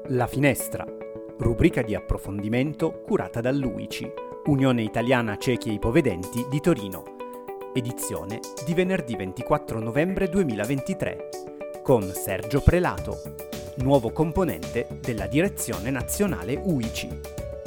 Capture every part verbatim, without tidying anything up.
La Finestra, rubrica di approfondimento curata dall'U I C I, Unione Italiana Ciechi e Ipovedenti di Torino, edizione di venerdì ventiquattro novembre duemilaventitré, con Sergio Prelato, nuovo componente della Direzione Nazionale U I C I.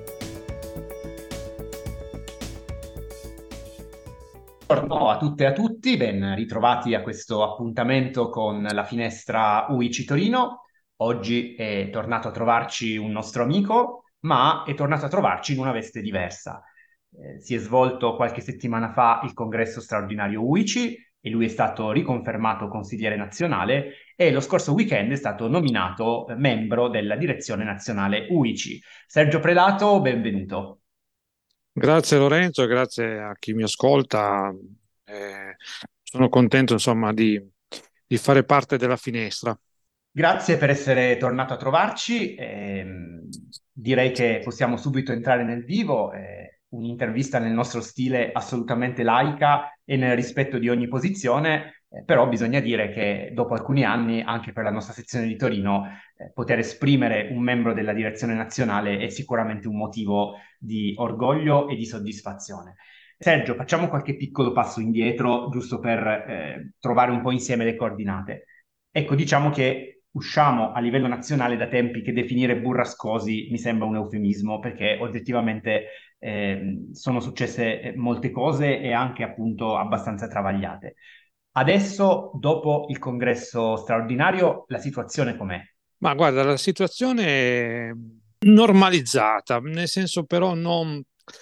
Buongiorno a tutte e a tutti, ben ritrovati a questo appuntamento con la Finestra U I C I Torino. Oggi è tornato a trovarci un nostro amico, ma è tornato a trovarci in una veste diversa. Eh, si è svolto qualche settimana fa il congresso straordinario U I C I e lui è stato riconfermato consigliere nazionale e lo scorso weekend è stato nominato eh, membro della direzione nazionale U I C I. Sergio Prelato, benvenuto. Grazie Lorenzo, grazie a chi mi ascolta. Eh, sono contento, insomma, di, di fare parte della finestra. Grazie per essere tornato a trovarci. Ehm, direi che possiamo subito entrare nel vivo. eh, un'intervista nel nostro stile assolutamente laica e nel rispetto di ogni posizione, eh, però bisogna dire che dopo alcuni anni, anche per la nostra sezione di Torino, eh, poter esprimere un membro della direzione nazionale è sicuramente un motivo di orgoglio e di soddisfazione. Sergio, facciamo qualche piccolo passo indietro, giusto per eh, trovare un po' insieme le coordinate. Ecco, diciamo che usciamo a livello nazionale da tempi che definire burrascosi mi sembra un eufemismo, perché oggettivamente eh, sono successe eh, molte cose e anche appunto abbastanza travagliate. Adesso, dopo il congresso straordinario, la situazione com'è? Ma guarda, la situazione è normalizzata, nel senso però non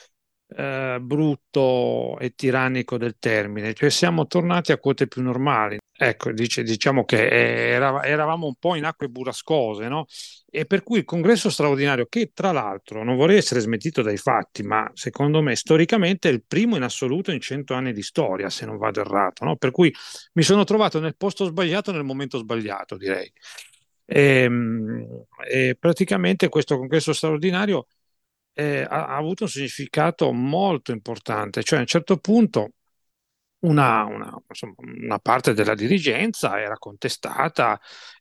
eh, brutto e tirannico del termine, cioè siamo tornati a quote più normali. Ecco, dice- diciamo che eh, era- eravamo un po' in acque burrascose, no? E per cui il congresso straordinario, che tra l'altro non vorrei essere smentito dai fatti, ma secondo me storicamente è il primo in assoluto in cento anni di storia, se non vado errato, no? Per cui mi sono trovato nel posto sbagliato nel momento sbagliato, direi. E, e praticamente questo congresso straordinario eh, ha, ha avuto un significato molto importante, cioè a un certo punto una, una- insomma, una parte della dirigenza era contestata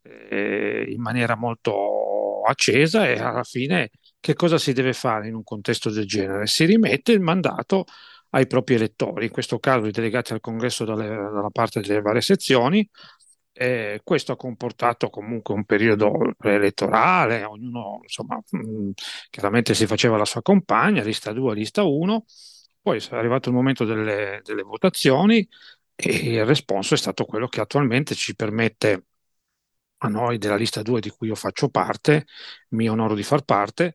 eh, in maniera molto accesa e alla fine che cosa si deve fare in un contesto del genere? Si rimette il mandato ai propri elettori, in questo caso i delegati al congresso dalle- dalla parte delle varie sezioni. Eh, questo ha comportato comunque un periodo preelettorale, ognuno insomma, mh, chiaramente si faceva la sua compagna, lista due, lista uno, poi è arrivato il momento delle, delle votazioni e il responso è stato quello che attualmente ci permette a noi della lista due di cui io faccio parte, mi onoro di far parte,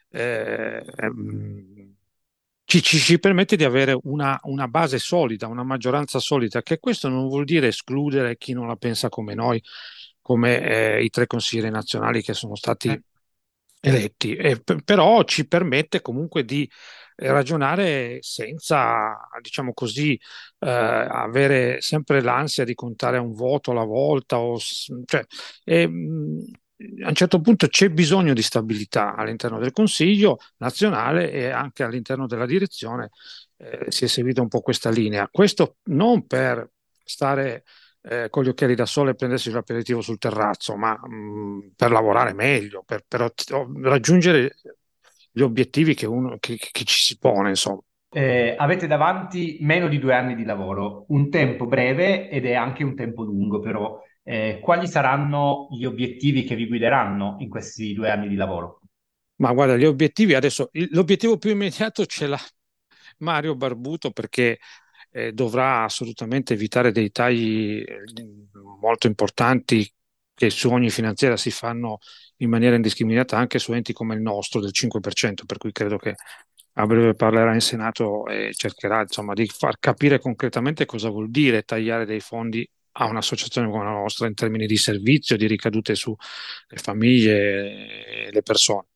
eh, ehm, ci, ci- ci permette di avere una, una base solida, una maggioranza solida, che questo non vuol dire escludere chi non la pensa come noi, come eh, i tre consiglieri nazionali che sono stati eletti, e p- però ci permette comunque di eh, ragionare senza, diciamo così, eh, avere sempre l'ansia di contare un voto alla volta. O, s- cioè, e, mh, a un certo punto c'è bisogno di stabilità all'interno del Consiglio nazionale e anche all'interno della direzione. Eh, si è seguita un po' questa linea. Questo non per stare eh, con gli occhiali da sole e prendersi l'aperitivo sul terrazzo, ma mh, per lavorare meglio, per, per ot- raggiungere gli obiettivi che, uno, che, che ci si pone, insomma. Eh, avete davanti meno di due anni di lavoro, un tempo breve ed è anche un tempo lungo, però. Eh, quali saranno gli obiettivi che vi guideranno in questi due anni di lavoro? Ma guarda, gli obiettivi adesso, il- l'obiettivo più immediato ce l'ha Mario Barbuto perché eh, dovrà assolutamente evitare dei tagli eh, molto importanti che su ogni finanziaria si fanno in maniera indiscriminata anche su enti come il nostro del cinque per cento, per cui credo che a breve parlerà in Senato e cercherà insomma di far capire concretamente cosa vuol dire tagliare dei fondi a un'associazione come la nostra in termini di servizio, di ricadute sulle famiglie e le persone.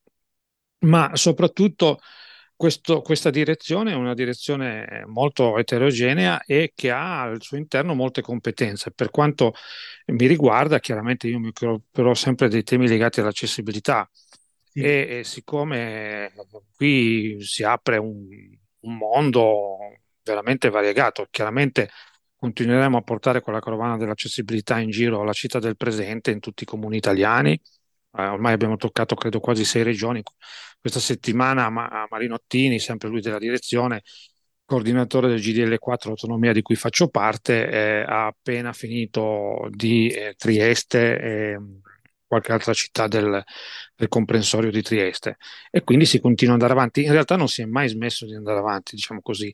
Ma soprattutto questo- questa direzione è una direzione molto eterogenea e che ha al suo interno molte competenze. Per quanto mi riguarda, chiaramente io mi occuperò sempre dei temi legati all'accessibilità Sì. e, e siccome qui si apre un, un mondo veramente variegato, chiaramente continueremo a portare quella carovana dell'accessibilità in giro alla città del presente in tutti i comuni italiani Eh, ormai abbiamo toccato credo quasi sei regioni. Questa settimana Ma- Marinottini, sempre lui della direzione, coordinatore del G D L quattro Autonomia di cui faccio parte, eh, ha appena finito di eh, Trieste e qualche altra città del, del comprensorio di Trieste, e quindi si continua ad andare avanti. In realtà non si è mai smesso di andare avanti, diciamo così.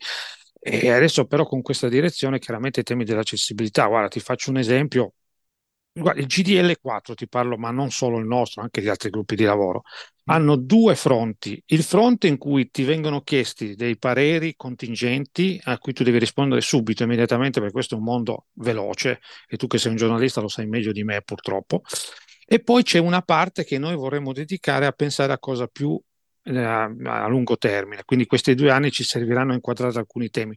E adesso però con questa direzione chiaramente i temi dell'accessibilità, guarda, ti faccio un esempio. Guarda, il G D L quattro ti parlo, ma non solo il nostro, anche gli altri gruppi di lavoro, hanno due fronti. Il fronte in cui ti vengono chiesti dei pareri contingenti a cui tu devi rispondere subito, immediatamente, perché questo è un mondo veloce e tu che sei un giornalista lo sai meglio di me, purtroppo. E poi c'è una parte che noi vorremmo dedicare a pensare a cosa più eh, a lungo termine. Quindi questi due anni ci serviranno a inquadrare alcuni temi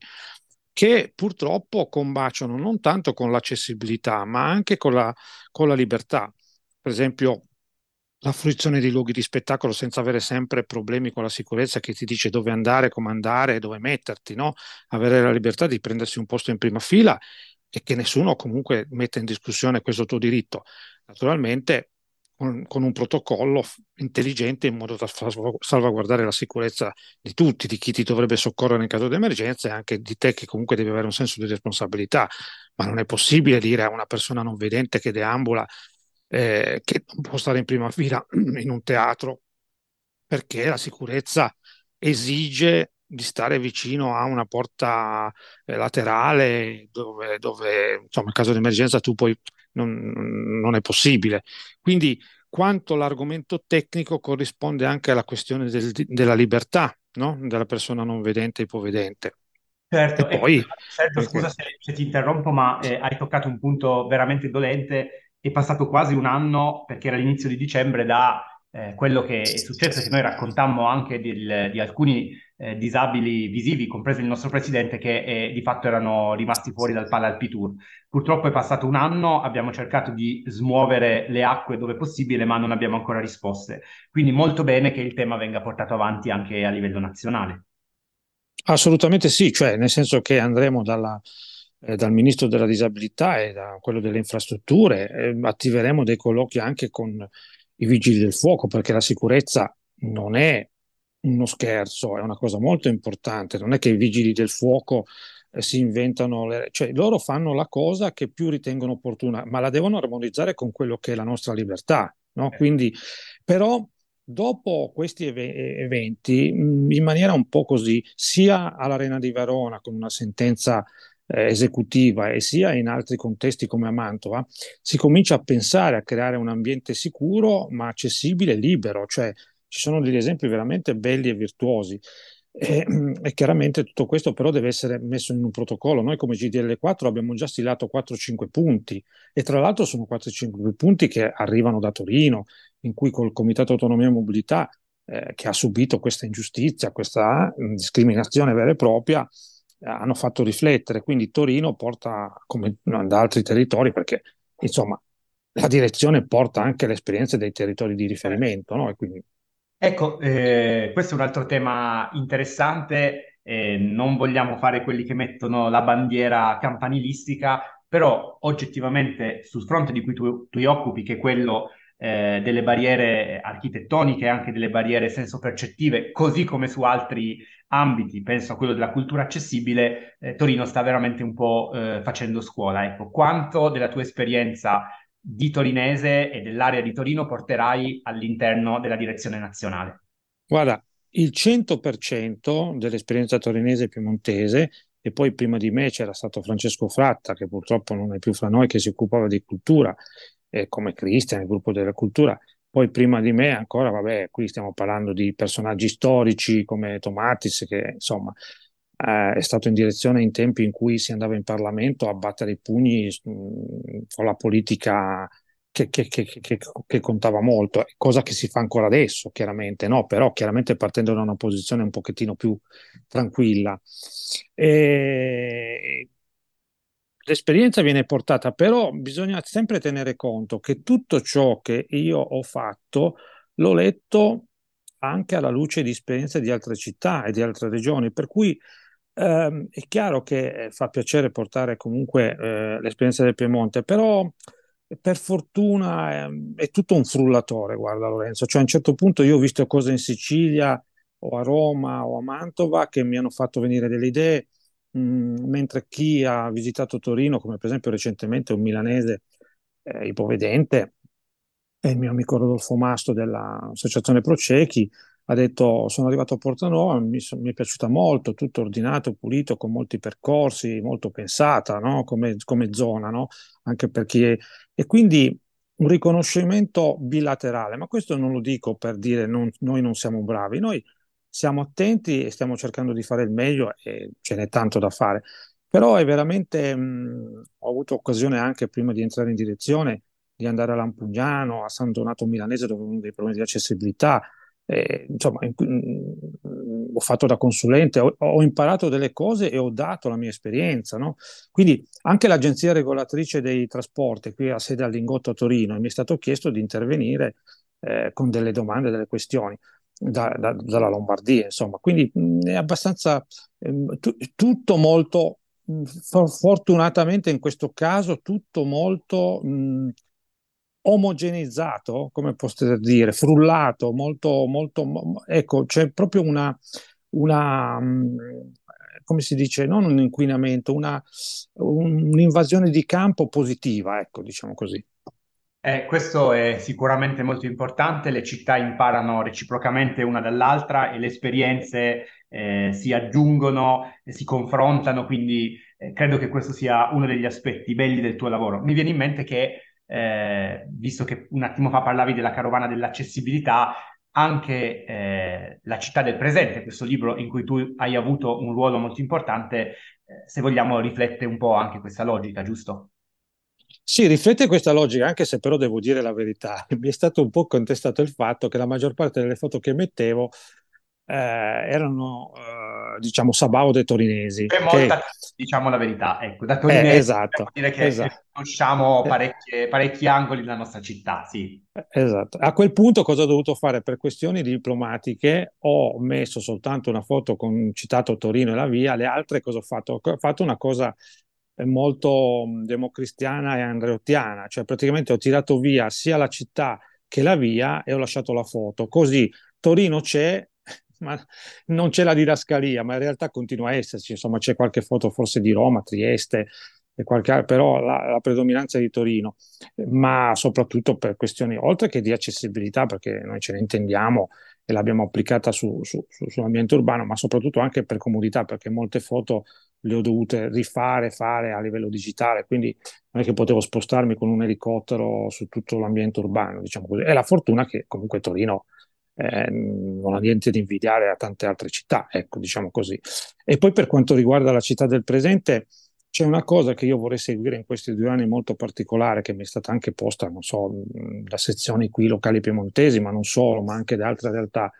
che purtroppo combaciano non tanto con l'accessibilità, ma anche con la, con la libertà. Per esempio, la fruizione di luoghi di spettacolo senza avere sempre problemi con la sicurezza che ti dice dove andare, come andare e dove metterti, no? Avere la libertà di prendersi un posto in prima fila e che nessuno comunque metta in discussione questo tuo diritto. Naturalmente con, con un protocollo f- intelligente in modo da salv- salvaguardare la sicurezza di tutti, di chi ti dovrebbe soccorrere in caso di emergenza e anche di te che comunque devi avere un senso di responsabilità. Ma non è possibile dire a una persona non vedente che deambula eh, che non può stare in prima fila in un teatro perché la sicurezza esige di stare vicino a una porta eh, laterale dove, dove, insomma, in caso di emergenza tu poi non, non è possibile. Quindi quanto l'argomento tecnico corrisponde anche alla questione del- della libertà, no? Della persona non vedente e ipovedente. E Certo, e poi, Sergio, scusa perché, se, se ti interrompo, ma eh, hai toccato un punto veramente dolente. È passato quasi un anno, perché era l'inizio di dicembre, da eh, quello che è successo e che noi raccontammo anche del- di alcuni eh, disabili visivi, compreso il nostro presidente, che eh, di fatto erano rimasti fuori dal Palla Tour. Purtroppo è passato un anno, abbiamo cercato di smuovere le acque dove possibile, ma non abbiamo ancora risposte. Quindi molto bene che il tema venga portato avanti anche a livello nazionale. assolutamente sì, cioè nel senso che andremo dalla, eh, dal ministro della disabilità e da quello delle infrastrutture, eh, attiveremo dei colloqui anche con i vigili del fuoco, perché la sicurezza non è uno scherzo, è una cosa molto importante. Non è che i vigili del fuoco eh, si inventano, le- cioè loro fanno la cosa che più ritengono opportuna, ma la devono armonizzare con quello che è la nostra libertà, no? Quindi, però dopo questi eve- eventi, mh, in maniera un po' così, sia all'Arena di Verona con una sentenza eh, esecutiva e sia in altri contesti come a Mantova, si comincia a pensare a creare un ambiente sicuro ma accessibile e libero, cioè ci sono degli esempi veramente belli e virtuosi. E, e chiaramente tutto questo però deve essere messo in un protocollo. Noi come G D L quattro abbiamo già stilato quattro cinque punti e tra l'altro sono quattro cinque punti che arrivano da Torino, in cui col Comitato Autonomia e Mobilità, eh, che ha subito questa ingiustizia, questa mh, discriminazione vera e propria, eh, hanno fatto riflettere. Quindi Torino porta, come da altri territori, perché insomma la direzione porta anche l'esperienza dei territori di riferimento, no? E quindi Ecco, eh, questo è un altro tema interessante. Eh, non vogliamo fare quelli che mettono la bandiera campanilistica, però oggettivamente sul fronte di cui tu tu ti occupi, che è quello eh, delle barriere architettoniche e anche delle barriere senso-percettive, così come su altri ambiti, penso a quello della cultura accessibile, eh, Torino sta veramente un po' eh, facendo scuola. Ecco, quanto della tua esperienza di torinese e dell'area di Torino porterai all'interno della direzione nazionale? guarda, il cento per cento dell'esperienza torinese e piemontese, e poi prima di me c'era stato Francesco Fratta, che purtroppo non è più fra noi, che si occupava di cultura, eh, come Cristian, il gruppo della cultura. Poi prima di me ancora, vabbè, qui stiamo parlando di personaggi storici come Tomatis, che insomma eh, è stato in direzione in tempi in cui si andava in Parlamento a battere i pugni mh, con la politica che, che- che- che- che contava molto, cosa che si fa ancora adesso, chiaramente, no? Però chiaramente partendo da una posizione un pochettino più tranquilla. E l'esperienza viene portata, però bisogna sempre tenere conto che tutto ciò che io ho fatto l'ho letto anche alla luce di esperienze di altre città e di altre regioni, per cui ehm, è chiaro che eh, fa piacere portare comunque eh, l'esperienza del Piemonte, però per fortuna è, è tutto un frullatore, guarda Lorenzo, cioè a un certo punto io ho visto cose in Sicilia o a Roma o a Mantova che mi hanno fatto venire delle idee, mh, mentre chi ha visitato Torino, come per esempio recentemente un milanese eh, ipovedente, e il mio amico Rodolfo Mastro dell'Associazione Pro Ciechi, ha detto sono arrivato a Portanova, mi, so- mi è piaciuta molto, tutto ordinato, pulito, con molti percorsi, molto pensata, no? Come, come zona, no? Anche per chi è... E quindi un riconoscimento bilaterale, ma questo non lo dico per dire non- noi non siamo bravi, noi siamo attenti e stiamo cercando di fare il meglio e ce n'è tanto da fare. Però è veramente, mh, ho avuto occasione anche prima di entrare in direzione di andare a Lampugnano, a San Donato Milanese, dove avevo dei problemi di accessibilità. Eh, insomma, in- mm, ho fatto da consulente, ho, ho imparato delle cose e ho dato la mia esperienza, no? Quindi anche l'Agenzia Regolatrice dei Trasporti, qui ha sede a Lingotto a Torino, e mi è stato chiesto di intervenire eh, con delle domande, delle questioni da- da- dalla Lombardia, insomma. Quindi mh, è abbastanza ehm, tu- tutto molto, mh, for- fortunatamente in questo caso, tutto molto mh, omogeneizzato, come posso dire, frullato, molto, molto, mo- ecco, c'è proprio una, una, mh, come si dice, non un inquinamento, una, un- un'invasione di campo positiva, ecco, diciamo così. Eh, questo è sicuramente molto importante, le città imparano reciprocamente una dall'altra e le esperienze eh, si aggiungono e si confrontano, quindi eh, credo che questo sia uno degli aspetti belli del tuo lavoro. Mi viene in mente che, eh, visto che un attimo fa parlavi della carovana dell'accessibilità, anche eh, La città del presente, questo libro in cui tu hai avuto un ruolo molto importante, eh, se vogliamo, riflette un po' anche questa logica, giusto? Sì, riflette questa logica, anche se però devo dire la verità. Mi è stato un po' contestato il fatto che la maggior parte delle foto che mettevo eh, erano, eh, diciamo, sabaude torinesi, C'è ok? molta, diciamo la verità, ecco, da Eh, torinesi esatto, devo dire che che esatto. conosciamo Eh, parecchie- parecchi angoli della nostra città, sì. Esatto. A quel punto cosa ho dovuto fare? Per questioni diplomatiche ho messo soltanto una foto con citato Torino e la via, le altre cosa ho fatto? Ho fatto una cosa eh, molto mh, democristiana e andreottiana, cioè praticamente ho tirato via sia la città che la via e ho lasciato la foto. Così Torino c'è, ma non c'è la didascalia, ma in realtà continua a esserci, insomma c'è qualche foto forse di Roma, Trieste, e qualche- però la, la predominanza è di Torino, ma soprattutto per questioni, oltre che di accessibilità, perché noi ce ne intendiamo e l'abbiamo applicata su, su- su- sull'ambiente urbano, ma soprattutto anche per comodità, perché molte foto le ho dovute rifare, fare a livello digitale, quindi non è che potevo spostarmi con un elicottero su tutto l'ambiente urbano, diciamo così. E la fortuna che comunque Torino eh, non ha niente di invidiare a tante altre città, ecco, diciamo così. E poi per quanto riguarda la città del presente, c'è una cosa che io vorrei seguire in questi due anni molto particolare, che mi è stata anche posta, non so, mh, da sezioni qui locali piemontesi, ma non solo, ma anche da altre realtà,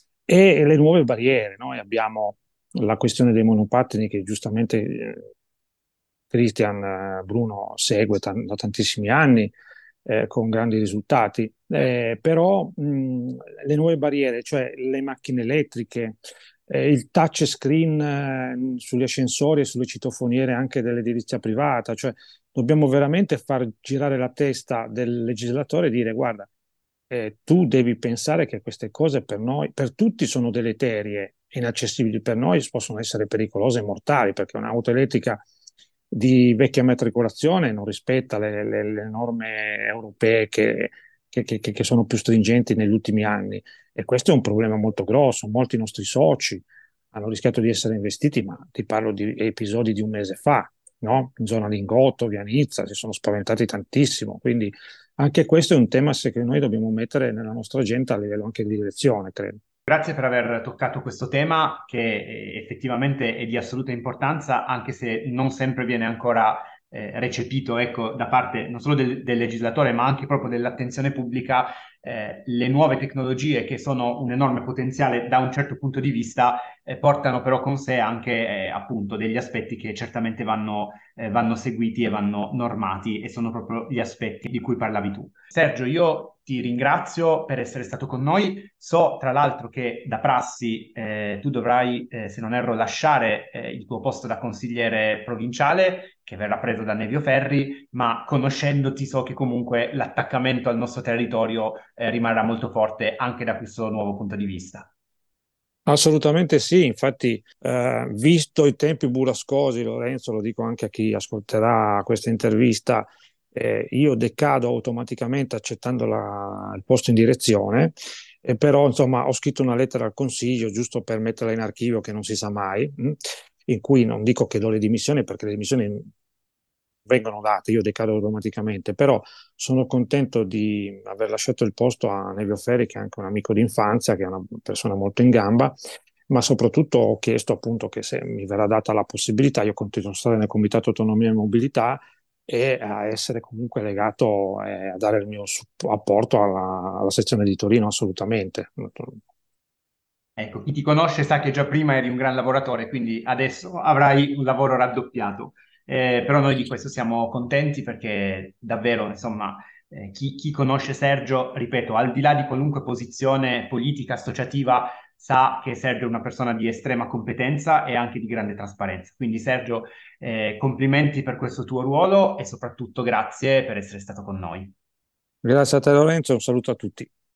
e le nuove barriere. Noi abbiamo la questione dei monopattini che giustamente eh, Christian eh, Bruno segue tan- da tantissimi anni eh, con grandi risultati. Eh, però mh, le nuove barriere, cioè le macchine elettriche, eh, il touch screen eh, sugli ascensori e sulle citofoniere anche dell'edilizia privata, cioè dobbiamo veramente far girare la testa del legislatore e dire guarda, eh, tu devi pensare che queste cose per noi, per tutti sono deleterie, inaccessibili, per noi possono essere pericolose e mortali, perché un'auto elettrica di vecchia matricolazione non rispetta le, le- le norme europee che, che- che- che sono più stringenti negli ultimi anni. E questo è un problema molto grosso. Molti nostri soci hanno rischiato di essere investiti, ma ti parlo di episodi di un mese fa, no? In zona Lingotto, via Nizza, si sono spaventati tantissimo. Quindi anche questo è un tema che noi dobbiamo mettere nella nostra agenda a livello anche di direzione, credo. Grazie per aver toccato questo tema che eh, effettivamente è di assoluta importanza, anche se non sempre viene ancora eh, recepito, ecco, da parte non solo del, del legislatore, ma anche proprio dell'attenzione pubblica. eh, le nuove tecnologie, che sono un enorme potenziale da un certo punto di vista, eh, portano però con sé anche eh, appunto degli aspetti che certamente vanno, eh, vanno seguiti e vanno normati, e sono proprio gli aspetti di cui parlavi tu. Sergio, io ti ringrazio per essere stato con noi. So tra l'altro che da prassi eh, tu dovrai, eh, se non erro, lasciare eh, il tuo posto da consigliere provinciale, che verrà preso da Nevio Ferri, ma conoscendoti so che comunque l'attaccamento al nostro territorio eh, rimarrà molto forte anche da questo nuovo punto di vista. Assolutamente sì, infatti eh, visto i tempi burrascosi, Lorenzo, lo dico anche a chi ascolterà questa intervista, eh, io decado automaticamente accettando la- il posto in direzione, e però insomma ho scritto una lettera al Consiglio giusto per metterla in archivio, che non si sa mai, mh, in cui non dico che do le dimissioni, perché le dimissioni vengono date, io decado automaticamente, però sono contento di aver lasciato il posto a Nevio Ferri, che è anche un amico d'infanzia, che è una persona molto in gamba, ma soprattutto ho chiesto appunto che se mi verrà data la possibilità, io continuo a stare nel Comitato Autonomia e Mobilità e a essere comunque legato e a dare il mio supp- apporto alla, alla sezione di Torino, assolutamente. Ecco, chi ti conosce sa che già prima eri un gran lavoratore, quindi adesso avrai un lavoro raddoppiato. Eh, però noi di questo siamo contenti, perché davvero, insomma, eh, chi, chi conosce Sergio, ripeto, al di là di qualunque posizione politica, associativa, sa che Sergio è una persona di estrema competenza e anche di grande trasparenza. Quindi Sergio, eh, complimenti per questo tuo ruolo e soprattutto grazie per essere stato con noi. Grazie a te Lorenzo, un saluto a tutti.